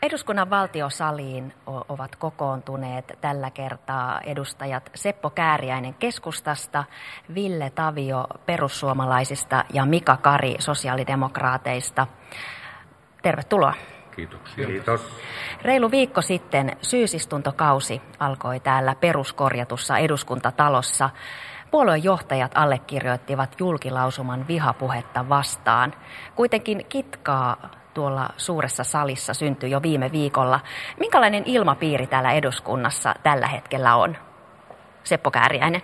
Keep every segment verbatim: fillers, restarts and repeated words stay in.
Eduskunnan valtiosaliin ovat kokoontuneet tällä kertaa edustajat Seppo Kääriäinen keskustasta, Ville Tavio perussuomalaisista ja Mika Kari sosiaalidemokraateista. Tervetuloa. Kiitoksia. Kiitos. Reilu viikko sitten syysistuntokausi alkoi täällä peruskorjatussa eduskuntatalossa. Puoluejohtajat allekirjoittivat julkilausuman vihapuhetta vastaan. Kuitenkin kitkaa tuolla suuressa salissa syntyi jo viime viikolla. Minkälainen ilmapiiri täällä eduskunnassa tällä hetkellä on? Seppo Kääriäinen.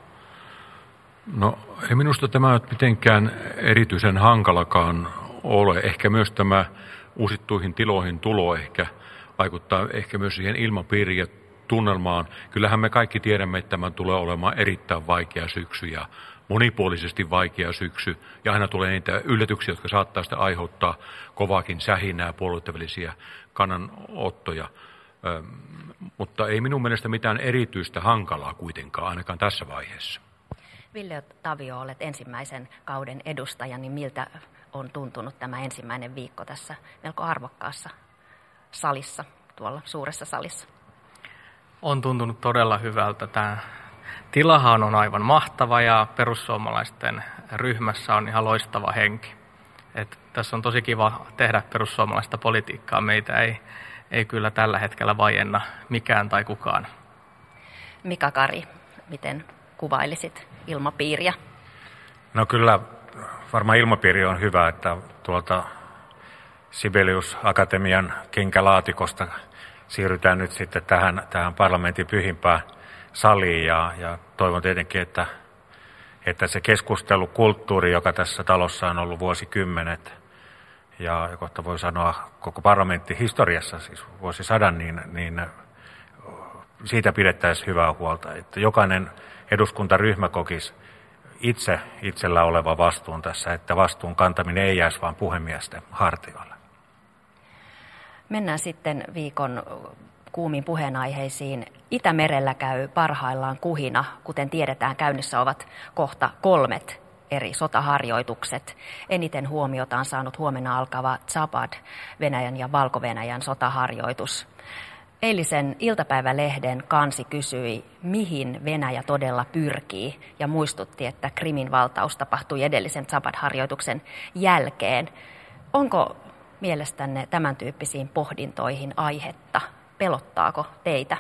No ei minusta tämä nyt mitenkään erityisen hankalakaan ole. Ehkä myös tämä uusittuihin tiloihin tulo ehkä vaikuttaa ehkä myös siihen ilmapiiriin ja tunnelmaan. Kyllähän me kaikki tiedämme, että tämä tulee olemaan erittäin vaikea syksy ja monipuolisesti vaikea syksy. Ja aina tulee niitä yllätyksiä, jotka saattaa sitä aiheuttaa kovaakin sähinää, puolueiden välisiä kannanottoja. Ö, mutta ei minun mielestä mitään erityistä hankalaa kuitenkaan, ainakaan tässä vaiheessa. Ville Tavio, olet ensimmäisen kauden edustaja, niin miltä on tuntunut tämä ensimmäinen viikko tässä melko arvokkaassa salissa, tuolla suuressa salissa? On tuntunut todella hyvältä. Tämä tilahan on aivan mahtava ja perussuomalaisten ryhmässä on ihan loistava henki. Et tässä on tosi kiva tehdä perussuomalaista politiikkaa. Meitä ei, ei kyllä tällä hetkellä vaienna mikään tai kukaan. Mika Kari, miten kuvailisit ilmapiiriä? No kyllä varmaan ilmapiiri on hyvä, että tuolta Sibelius Akatemian kenkälaatikosta siirrytään nyt sitten tähän, tähän parlamentin pyhimpään saliin ja, ja toivon tietenkin, että, että se keskustelukulttuuri, joka tässä talossa on ollut vuosikymmenet ja kohta voi sanoa koko parlamentin historiassa, siis vuosisadan, niin, niin siitä pidettäisiin hyvää huolta, että jokainen eduskuntaryhmä kokisi itse itsellä oleva vastuun tässä, että vastuun kantaminen ei jäisi vaan puhemiesten hartioille. Mennään sitten viikon kuumiin puheenaiheisiin. Itämerellä käy parhaillaan kuhina, kuten tiedetään, käynnissä ovat kohta kolmet eri sotaharjoitukset. Eniten huomiota on saanut huomenna alkava Zapad, Venäjän ja Valko-Venäjän sotaharjoitus. Eilisen iltapäivälehden kansi kysyi, mihin Venäjä todella pyrkii, ja muistutti, että Krimin valtaus tapahtui edellisen Zapad-harjoituksen jälkeen. Onko mielestänne tämän tyyppisiin pohdintoihin aihetta? Pelottaako teitä?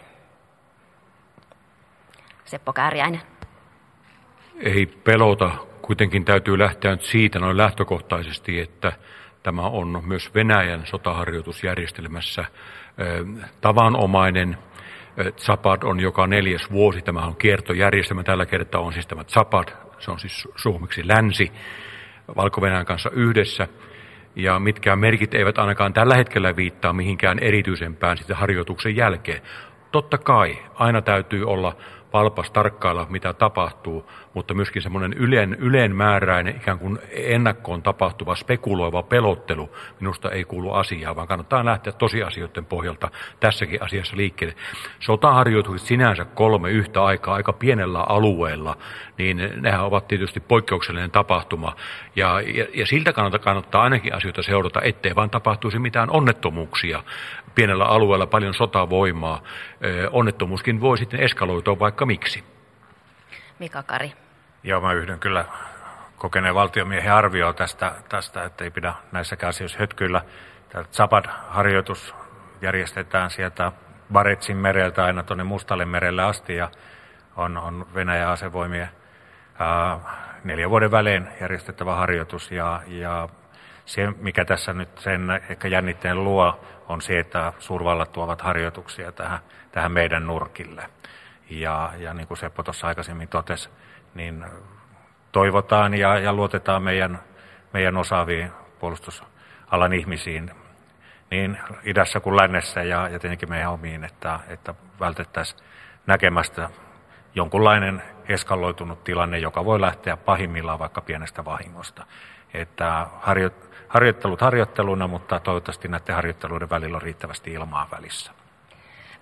Seppo Kääriäinen. Ei pelota. Kuitenkin täytyy lähteä nyt siitä noin lähtökohtaisesti, että tämä on myös Venäjän sotaharjoitusjärjestelmässä tavanomainen. Zapad on joka neljäs vuosi. Tämä on kiertojärjestelmä. Tällä kertaa on siis tämä Zapad. Se on siis suomeksi länsi Valko-Venäjän kanssa yhdessä. Ja mitkään merkit eivät ainakaan tällä hetkellä viittaa mihinkään erityisempään sitten harjoituksen jälkeen. Totta kai aina täytyy olla valpas tarkkailla, mitä tapahtuu, mutta myöskin semmoinen yleen, yleenmääräinen ikään kuin ennakkoon tapahtuva spekuloiva pelottelu minusta ei kuulu asiaan, vaan kannattaa lähteä tosiasioiden pohjalta tässäkin asiassa liikkeelle. Sotaharjoitukset sinänsä kolme yhtä aikaa aika pienellä alueella, niin nehän ovat tietysti poikkeuksellinen tapahtuma. Ja, ja, ja siltä kannalta kannattaa ainakin asioita seurata, ettei vaan tapahtuisi mitään onnettomuuksia. Pienellä alueella paljon sotavoimaa. Onnettomuuskin voi sitten eskaloitua vaikka miksi. Mika Kari. Joo, mä yhdyn kyllä kokeneen valtiomiehen arvioon tästä, tästä, että ei pidä näissäkään asioissa hötkyillä. Tämä Zapad-harjoitus järjestetään sieltä Baretsin mereltä aina tuonne Mustalle merelle asti ja on, on Venäjän asevoimien ää, neljän vuoden välein järjestettävä harjoitus ja, ja se, mikä tässä nyt sen ehkä jännitteen luo, on se, että suurvallat tuovat harjoituksia tähän, tähän meidän nurkille. Ja, ja niin kuin Seppo tuossa aikaisemmin totesi, niin toivotaan ja, ja luotetaan meidän, meidän osaaviin puolustusalan ihmisiin niin idässä kuin lännessä ja, ja tietenkin meidän omiin, että, että vältettäisiin näkemästä jonkunlainen eskaloitunut tilanne, joka voi lähteä pahimmillaan vaikka pienestä vahingosta. Että harjo, harjoittelut harjoitteluna, mutta toivottavasti näiden harjoitteluiden välillä on riittävästi ilmaa välissä.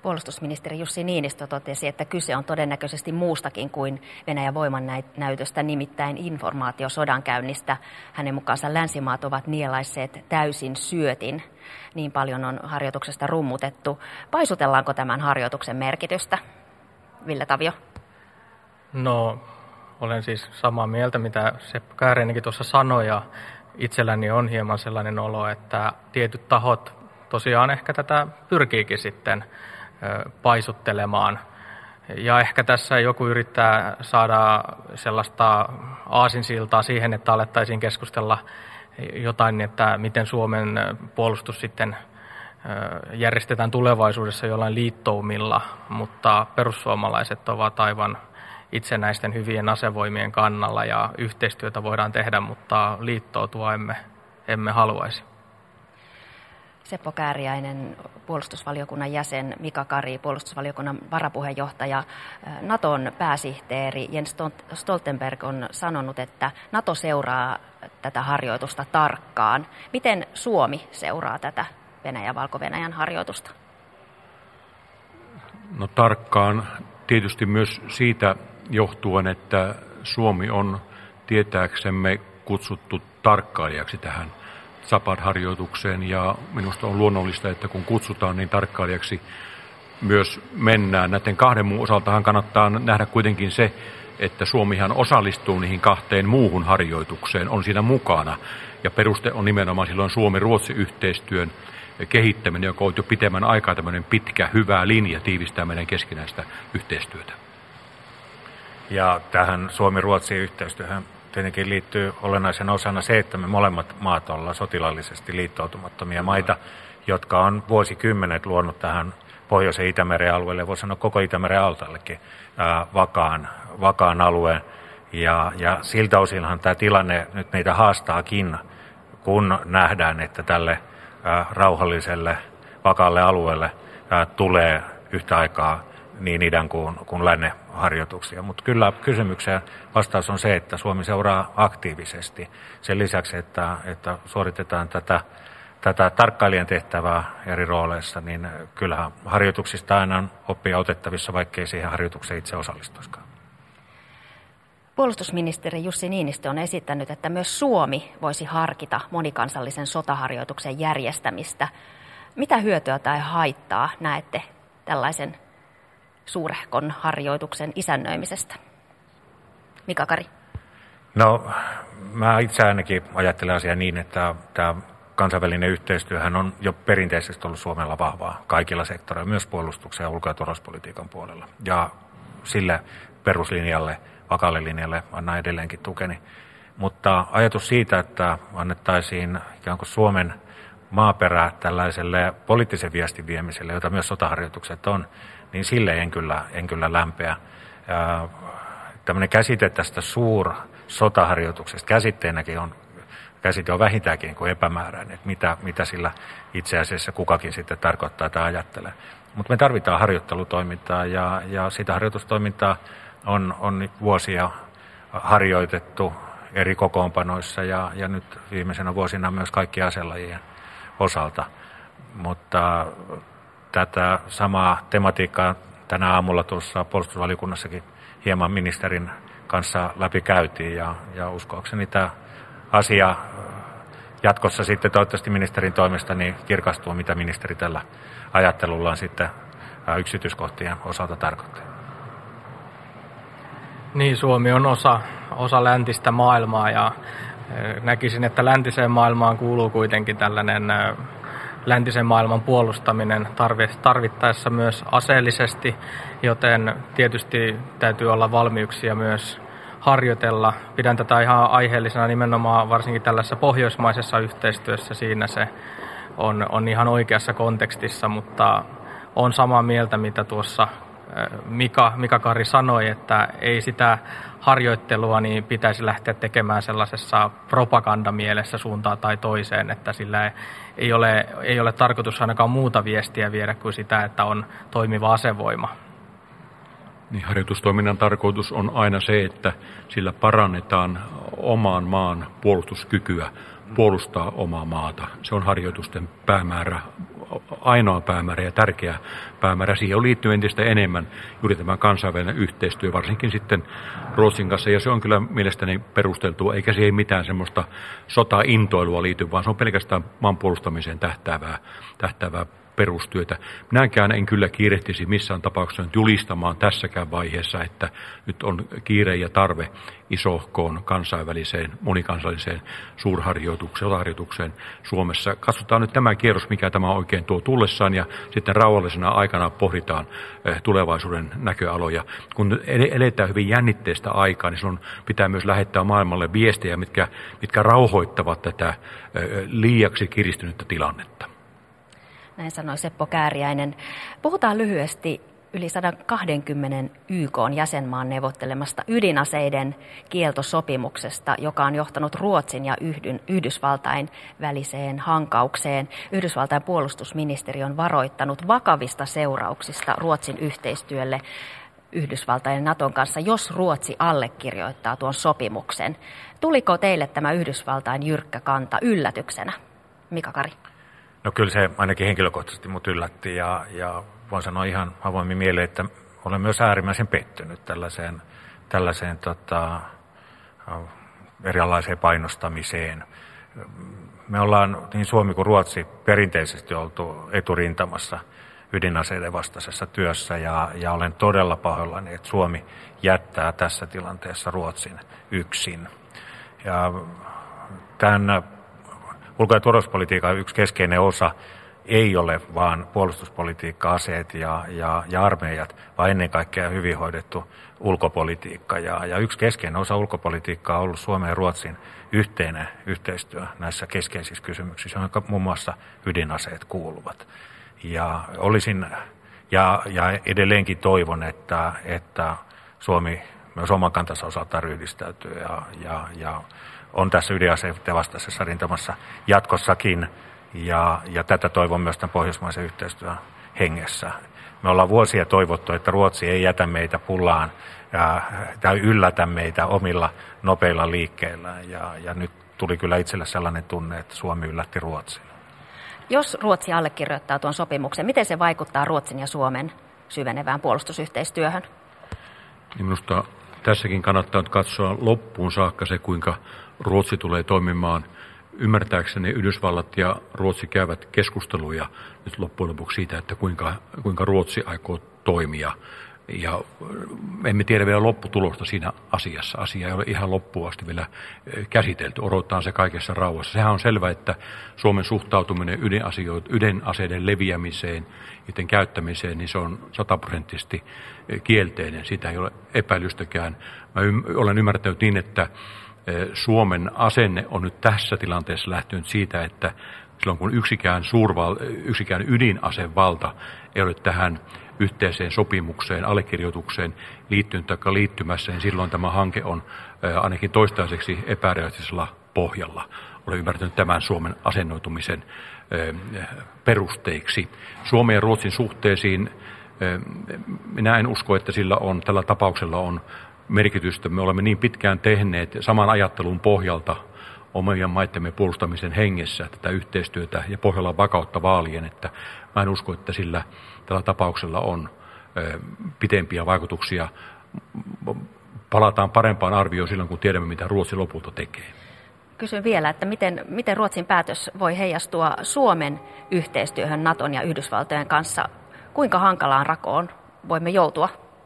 Puolustusministeri Jussi Niinistö totesi, että kyse on todennäköisesti muustakin kuin Venäjän voimannäytöstä, nimittäin informaatiosodankäynnistä. Hänen mukaansa länsimaat ovat nielaisseet täysin syötin. Niin paljon on harjoituksesta rummutettu. Paisutellaanko tämän harjoituksen merkitystä? Ville Tavio. No, olen siis samaa mieltä, mitä Seppo Kääriäinenkin tuossa sanoi, ja itselläni on hieman sellainen olo, että tietyt tahot tosiaan ehkä tätä pyrkiikin sitten paisuttelemaan. Ja ehkä tässä joku yrittää saada sellaista aasinsiltaa siihen, että alettaisiin keskustella jotain, että miten Suomen puolustus sitten järjestetään tulevaisuudessa jollain liittoumilla, mutta perussuomalaiset ovat aivan itsenäisten hyvien asevoimien kannalla ja yhteistyötä voidaan tehdä, mutta liittoutua emme, emme haluaisi. Seppo Kääriäinen, puolustusvaliokunnan jäsen, Mika Kari, puolustusvaliokunnan varapuheenjohtaja, Naton pääsihteeri Jens Stoltenberg on sanonut, että Nato seuraa tätä harjoitusta tarkkaan. Miten Suomi seuraa tätä Venäjän Valko-Venäjän harjoitusta? No tarkkaan tietysti myös siitä johtuen, että Suomi on tietääksemme kutsuttu tarkkailijaksi tähän Zapad-harjoitukseen, ja minusta on luonnollista, että kun kutsutaan, niin tarkkailijaksi myös mennään. Näiden kahden muun osaltahan kannattaa nähdä kuitenkin se, että Suomihan osallistuu niihin kahteen muuhun harjoitukseen, on siinä mukana, ja peruste on nimenomaan silloin Suomi-Ruotsi-yhteistyön kehittäminen, joka on jo pitemmän aikaa tämmöinen pitkä, hyvä linja tiivistää meidän keskinäistä yhteistyötä. Ja tähän Suomi-Ruotsi-yhteistyöhön tietenkin liittyy olennaisen osana se, että me molemmat maat ollaan sotilaallisesti liittoutumattomia maita, jotka on vuosikymmenet luonut tähän Pohjoisen Itämeren alueelle, voi sanoa koko Itämeren altallekin, ää, vakaan, vakaan alueen. Ja, ja siltä osinhan tämä tilanne nyt meitä haastaakin, kun nähdään, että tälle ää, rauhalliselle, vakaalle alueelle ää, tulee yhtä aikaa niin idän kuin, kuin lännen harjoituksia. Mutta kyllä kysymykseen vastaus on se, että Suomi seuraa aktiivisesti. Sen lisäksi, että, että suoritetaan tätä, tätä tarkkailijan tehtävää eri rooleissa, niin kyllähän harjoituksista aina on oppia otettavissa, vaikkei siihen harjoitukseen itse osallistuisikaan. Puolustusministeri Jussi Niinistö on esittänyt, että myös Suomi voisi harkita monikansallisen sotaharjoituksen järjestämistä. Mitä hyötyä tai haittaa näette tällaisen suurehkon harjoituksen isännöimisestä? Mika Kari. No, mä itse ainakin ajattelen asiaa niin, että tämä kansainvälinen yhteistyöhän on jo perinteisesti ollut Suomella vahvaa kaikilla sektoreilla, myös puolustuksen ja ulko- ja turvallisuuspolitiikan puolella. Ja sille peruslinjalle, vakaalle linjalle annan edelleenkin tukeni. Mutta ajatus siitä, että annettaisiin ikään kuin Suomen maaperää tällaiselle poliittisen viestin viemiselle, jota myös sotaharjoitukset on, niin sille en kyllä, en kyllä lämpeä. Ää, tämmöinen käsite tästä suur-sotaharjoituksesta käsitteenäkin on, käsite on vähintäänkin kuin epämääräinen, että mitä, mitä sillä itse asiassa kukakin sitten tarkoittaa tai ajattelee. Mutta me tarvitaan harjoittelutoimintaa, ja, ja sitä harjoitustoimintaa on, on vuosia harjoitettu eri kokoonpanoissa, ja, ja nyt viimeisenä vuosina myös kaikki aselajien osalta. Mutta tätä samaa tematiikkaa tänä aamulla tuossa puolustusvaliokunnassakin hieman ministerin kanssa läpi käytiin, ja, ja uskoakseni tämä asia jatkossa sitten toivottavasti ministerin toimesta niin kirkastuu, mitä ministeri tällä ajattelullaan sitten yksityiskohtien osalta tarkoittaa. Niin, Suomi on osa, osa läntistä maailmaa, ja näkisin, että läntiseen maailmaan kuuluu kuitenkin tällainen läntisen maailman puolustaminen tarvittaessa myös aseellisesti, joten tietysti täytyy olla valmiuksia myös harjoitella. Pidän tätä ihan aiheellisena nimenomaan varsinkin tällaisessa pohjoismaisessa yhteistyössä. Siinä se on, on ihan oikeassa kontekstissa, mutta on samaa mieltä, mitä tuossa Mika, Mika Kari sanoi, että ei sitä harjoittelua niin pitäisi lähteä tekemään sellaisessa propagandamielessä suuntaan tai toiseen, että sillä ei ole, ei ole tarkoitus ainakaan muuta viestiä viedä kuin sitä, että on toimiva asevoima. Niin, harjoitustoiminnan tarkoitus on aina se, että sillä parannetaan oman maan puolustuskykyä puolustaa omaa maata. Se on harjoitusten päämäärä ainoa päämäärä ja tärkeä päämäärä. Siihen liittyy entistä enemmän juuri tämä kansainvälinen yhteistyö, varsinkin sitten Ruotsin kanssa, ja se on kyllä mielestäni perusteltua, eikä siihen mitään semmoista sotaintoilua liity, vaan se on pelkästään maan puolustamiseen tähtäävää, tähtäävää perustyötä. Minäkään en kyllä kiirehtisi missään tapauksessa nyt julistamaan tässäkään vaiheessa, että nyt on kiire ja tarve isohkoon kansainväliseen, monikansalliseen suurharjoitukseen, sotaharjoitukseen Suomessa. Katsotaan nyt tämä kierros, mikä tämä oikein tuo tullessaan, ja sitten rauhallisena aikana pohditaan tulevaisuuden näköaloja. Kun eletään hyvin jännitteistä aikaa, niin silloin pitää myös lähettää maailmalle viestejä, mitkä, mitkä rauhoittavat tätä liiaksi kiristynyttä tilannetta. Näin sanoi Seppo Kääriäinen. Puhutaan lyhyesti yli sata kaksikymmentä Y K:n jäsenmaan neuvottelemasta ydinaseiden kieltosopimuksesta, joka on johtanut Ruotsin ja Yhdyn, Yhdysvaltain väliseen hankaukseen. Yhdysvaltain puolustusministeri on varoittanut vakavista seurauksista Ruotsin yhteistyölle Yhdysvaltain ja Naton kanssa, jos Ruotsi allekirjoittaa tuon sopimuksen. Tuliko teille tämä Yhdysvaltain jyrkkä kanta yllätyksenä? Mika Kari. No kyllä se ainakin henkilökohtaisesti mut yllätti ja, ja voin sanoa ihan avoimin mieleen, että olen myös äärimmäisen pettynyt tällaiseen, tällaiseen tota, erilaiseen painostamiseen. Me ollaan niin Suomi kuin Ruotsi perinteisesti oltu eturintamassa ydinaseiden vastaisessa työssä ja, ja olen todella pahoillani, että Suomi jättää tässä tilanteessa Ruotsin yksin. Ja tämän ulko- ja turvallisuuspolitiikan yksi keskeinen osa ei ole vaan puolustuspolitiikka, aseet ja, ja, ja armeijat, vaan ennen kaikkea hyvin hoidettu ulkopolitiikka. Ja, ja yksi keskeinen osa ulkopolitiikkaa on ollut Suomen ja Ruotsin yhteinen yhteistyö näissä keskeisissä kysymyksissä, joihin muun muassa ydinaseet kuuluvat. Ja olisin ja, ja edelleenkin toivon, että, että Suomi myös oman kantansa osalta ryhdistäytyy ja, ja, ja on tässä ydinaseiden vastaisessa rintamassa jatkossakin, ja, ja tätä toivon myös tämän pohjoismaisen yhteistyön hengessä. Me ollaan vuosia toivottu, että Ruotsi ei jätä meitä pullaan ja, tai yllätä meitä omilla nopeilla liikkeillä, ja, ja nyt tuli kyllä itselle sellainen tunne, että Suomi yllätti Ruotsin. Jos Ruotsi allekirjoittaa tuon sopimuksen, miten se vaikuttaa Ruotsin ja Suomen syvenevään puolustusyhteistyöhön? Niin minusta tässäkin kannattaa katsoa loppuun saakka se, kuinka Ruotsi tulee toimimaan. Ymmärtääkseni Yhdysvallat ja Ruotsi käyvät keskusteluja nyt loppujen lopuksi siitä, että kuinka, kuinka Ruotsi aikoo toimia. Ja emme tiedä vielä lopputulosta siinä asiassa. Asia ei ole ihan loppuun asti vielä käsitelty. Odotetaan se kaikessa rauhassa. Sehän on selvä, että Suomen suhtautuminen ydinaseiden leviämiseen, niiden käyttämiseen, niin se on sataprosenttisesti kielteinen. Sitä ei ole epäilystäkään. Mä olen ymmärtänyt niin, että Suomen asenne on nyt tässä tilanteessa lähtenyt siitä, että silloin kun yksikään, suurval, yksikään ydinasevalta ei ole tähän yhteiseen sopimukseen, allekirjoitukseen liittynyt tai liittymässä, niin silloin tämä hanke on ainakin toistaiseksi epärealistisella pohjalla. Olen ymmärtänyt tämän Suomen asennoitumisen perusteiksi. Suomen ja Ruotsin suhteisiin minä en usko, että sillä on, tällä tapauksella on merkitystä. Me olemme niin pitkään tehneet saman ajattelun pohjalta omien maittemme puolustamisen hengessä tätä yhteistyötä ja pohjalla vakautta vaalien, että mä en usko, että sillä tällä tapauksella on ö, pitempiä vaikutuksia. Palataan parempaan arvioon silloin, kun tiedämme, mitä Ruotsi lopulta tekee. Kysyn vielä, että miten, miten Ruotsin päätös voi heijastua Suomen yhteistyöhön Naton ja Yhdysvaltojen kanssa? Kuinka hankalaan rakoon voimme joutua?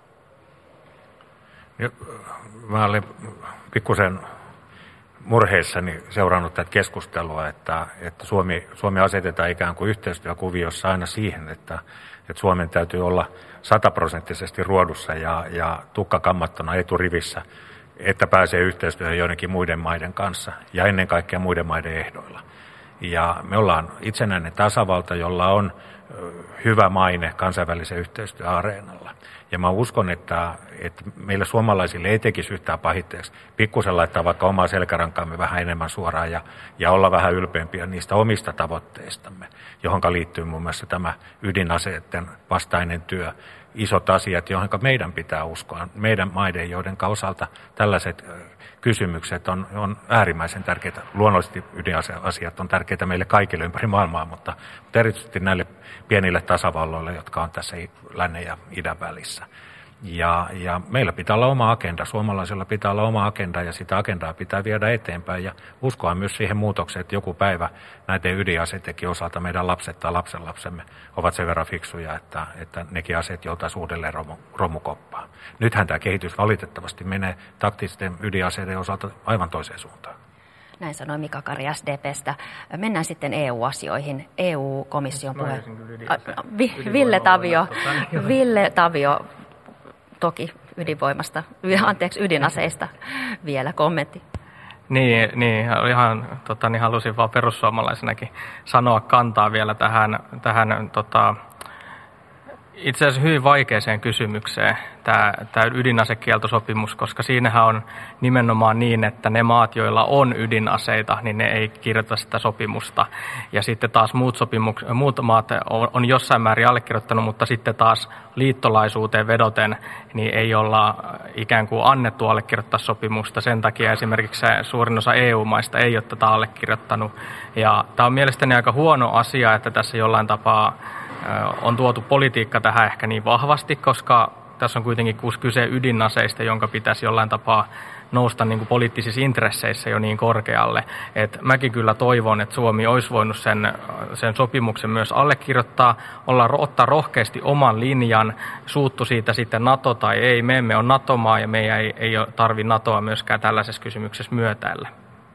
Mä olen pikkusen murheissani seurannut tätä keskustelua, että, että Suomi, Suomi asetetaan ikään kuin yhteistyökuviossa aina siihen, että, että Suomen täytyy olla sataprosenttisesti ruodussa ja, ja tukka kammattona eturivissä, että pääsee yhteistyöhön joidenkin muiden maiden kanssa ja ennen kaikkea muiden maiden ehdoilla. Ja me ollaan itsenäinen tasavalta, jolla on hyvä maine kansainvälisen yhteistyöareenalla. Ja mä uskon, että, että meillä suomalaisille ei tekisi yhtään pahitteeksi pikkusen laittaa vaikka omaa selkärankaamme vähän enemmän suoraan ja, ja olla vähän ylpeämpiä niistä omista tavoitteistamme, johon liittyy muun muassa tämä ydinaseiden vastainen työ, isot asiat, joihin meidän pitää uskoa. Meidän maiden, joiden osalta tällaiset kysymykset on, on äärimmäisen tärkeitä. Luonnollisesti ydinasiat on tärkeitä meille kaikille ympäri maailmaa, mutta, mutta erityisesti näille pienille tasavalloille, jotka on tässä lännen ja idän välissä. Ja, ja meillä pitää olla oma agenda, suomalaisilla pitää olla oma agenda ja sitä agendaa pitää viedä eteenpäin ja uskoa myös siihen muutokseen, että joku päivä näiden ydinaseidenkin osalta meidän lapset tai lapsenlapsemme ovat sen verran fiksuja, että, että nekin aseet joutaisiin uudelleen romu, romukoppaan. Nythän tämä kehitys valitettavasti menee taktisten ydinaseiden osalta aivan toiseen suuntaan. Näin sanoi Mika Kari S D P:stä. Mennään sitten E U-asioihin. E U-komission puhe... Ville Tavio, Ville Tavio, toki ydinvoimasta, anteeksi ydinaseista vielä kommentti. Niin, niin ihan tota, niin halusin vaan perussuomalaisenakin sanoa kantaa vielä tähän, tähän tota, itse asiassa hyvin vaikeaseen kysymykseen tämä, tämä ydinasekieltosopimus, koska siinähän on nimenomaan niin, että ne maat, joilla on ydinaseita, niin ne ei kirjoita sitä sopimusta. Ja sitten taas muut, sopimuks- muut maat on, on jossain määrin allekirjoittanut, mutta sitten taas liittolaisuuteen vedoten niin ei olla ikään kuin annettu allekirjoittaa sopimusta. Sen takia esimerkiksi suurin osa E U-maista ei ole tätä allekirjoittanut. Ja tämä on mielestäni aika huono asia, että tässä jollain tapaa on tuotu politiikka tähän ehkä niin vahvasti, koska tässä on kuitenkin kyse ydinaseista, jonka pitäisi jollain tapaa nousta niin kuin poliittisissa intresseissä jo niin korkealle. Et mäkin kyllä toivon, että Suomi olisi voinut sen, sen sopimuksen myös allekirjoittaa, olla, ottaa rohkeasti oman linjan, suuttu siitä sitten NATO tai ei. Me emme ole NATO-maa ja meidän ei, ei tarvitse NATOa myöskään tällaisessa kysymyksessä myötäillä.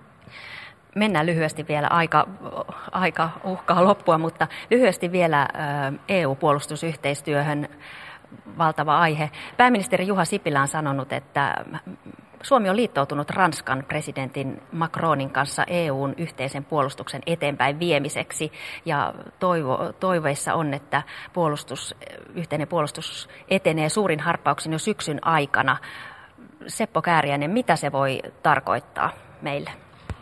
Mennään lyhyesti vielä, aika, aika uhkaa loppua, mutta lyhyesti vielä E U-puolustusyhteistyöhön valtava aihe. Pääministeri Juha Sipilä on sanonut, että Suomi on liittoutunut Ranskan presidentin Macronin kanssa E U:n yhteisen puolustuksen eteenpäin viemiseksi ja toivo, toiveissa on, että puolustus, yhteinen puolustus etenee suurin harppauksin jo syksyn aikana. Seppo Kääriäinen, mitä se voi tarkoittaa meille?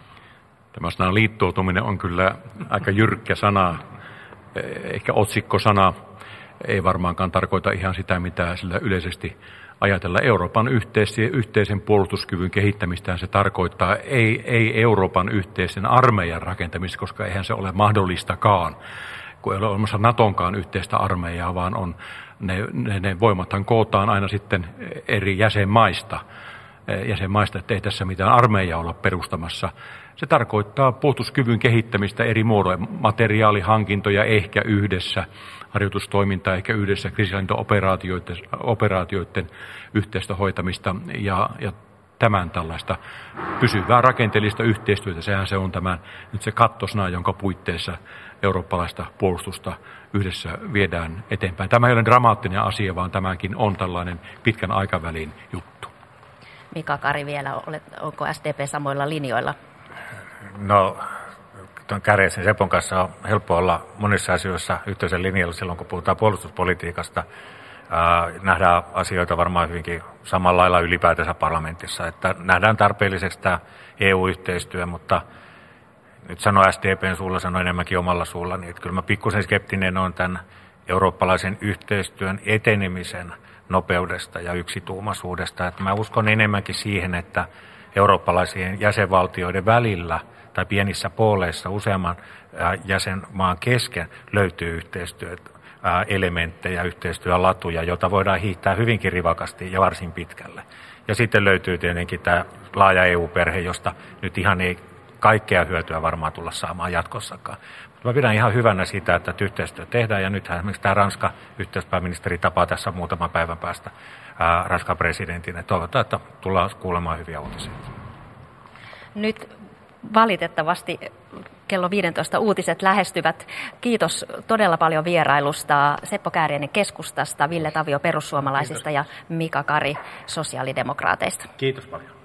Tämä sana liittoutuminen on kyllä aika jyrkkä sana, ehkä otsikkosana, ei varmaankaan tarkoita ihan sitä, mitä sillä yleisesti ajatella. Euroopan yhteisen puolustuskyvyn kehittämistä se tarkoittaa, ei, ei Euroopan yhteisen armeijan rakentamista, koska eihän se ole mahdollistakaan, kun ei ole olemassa NATOnkaan yhteistä armeijaa, vaan on, ne, ne, ne voimathan kootaan aina sitten eri jäsenmaista. jäsenmaista, että ei tässä mitään armeijaa olla perustamassa. Se tarkoittaa puolustuskyvyn kehittämistä eri muodoin, materiaalihankintoja ehkä yhdessä, harjoitustoimintaa ehkä yhdessä, kriisinhallintaoperaatioiden operaatioiden yhteistä hoitamista ja, ja tämän tällaista pysyvää rakenteellista yhteistyötä. Sehän se on tämän, nyt se kattosana, jonka puitteissa eurooppalaista puolustusta yhdessä viedään eteenpäin. Tämä ei ole dramaattinen asia, vaan tämäkin on tällainen pitkän aikavälin juttu. Mika Kari vielä, onko S D P samoilla linjoilla? No, tuon Kääriäisen Sepon kanssa on helppo olla monissa asioissa yhteisen linjalla silloin, kun puhutaan puolustuspolitiikasta. Ää, nähdään asioita varmaan hyvinkin samalla lailla ylipäätänsä parlamentissa, että nähdään tarpeelliseksi tämä E U-yhteistyö, mutta nyt sanoo S D P:n suulla, sanoo enemmänkin omalla suulla, niin että kyllä mä pikkusen skeptinen on tämän eurooppalaisen yhteistyön etenemisen nopeudesta ja yksituumaisuudesta. Että mä uskon enemmänkin siihen, että eurooppalaisien jäsenvaltioiden välillä tai pienissä pooleissa useamman jäsenmaan kesken löytyy yhteistyöelementtejä, yhteistyölatuja, jota voidaan hiihtää hyvinkin rivakasti ja varsin pitkälle. Ja sitten löytyy tietenkin tämä laaja E U-perhe, josta nyt ihan ei kaikkea hyötyä varmaan tulla saamaan jatkossakaan. Mä pidän ihan hyvänä sitä, että yhteistyö tehdään, ja nythän esimerkiksi tämä Ranskan yhteispääministeri tapaa tässä muutaman päivän päästä ää, Ranskan presidentin. Ja toivotaan, että tullaan kuulemaan hyviä uutisia. Nyt valitettavasti kello viisitoista uutiset lähestyvät. Kiitos todella paljon vierailusta Seppo Kääriäinen keskustasta, Ville Tavio perussuomalaisista. Kiitos. Ja Mika Kari sosiaalidemokraateista. Kiitos paljon.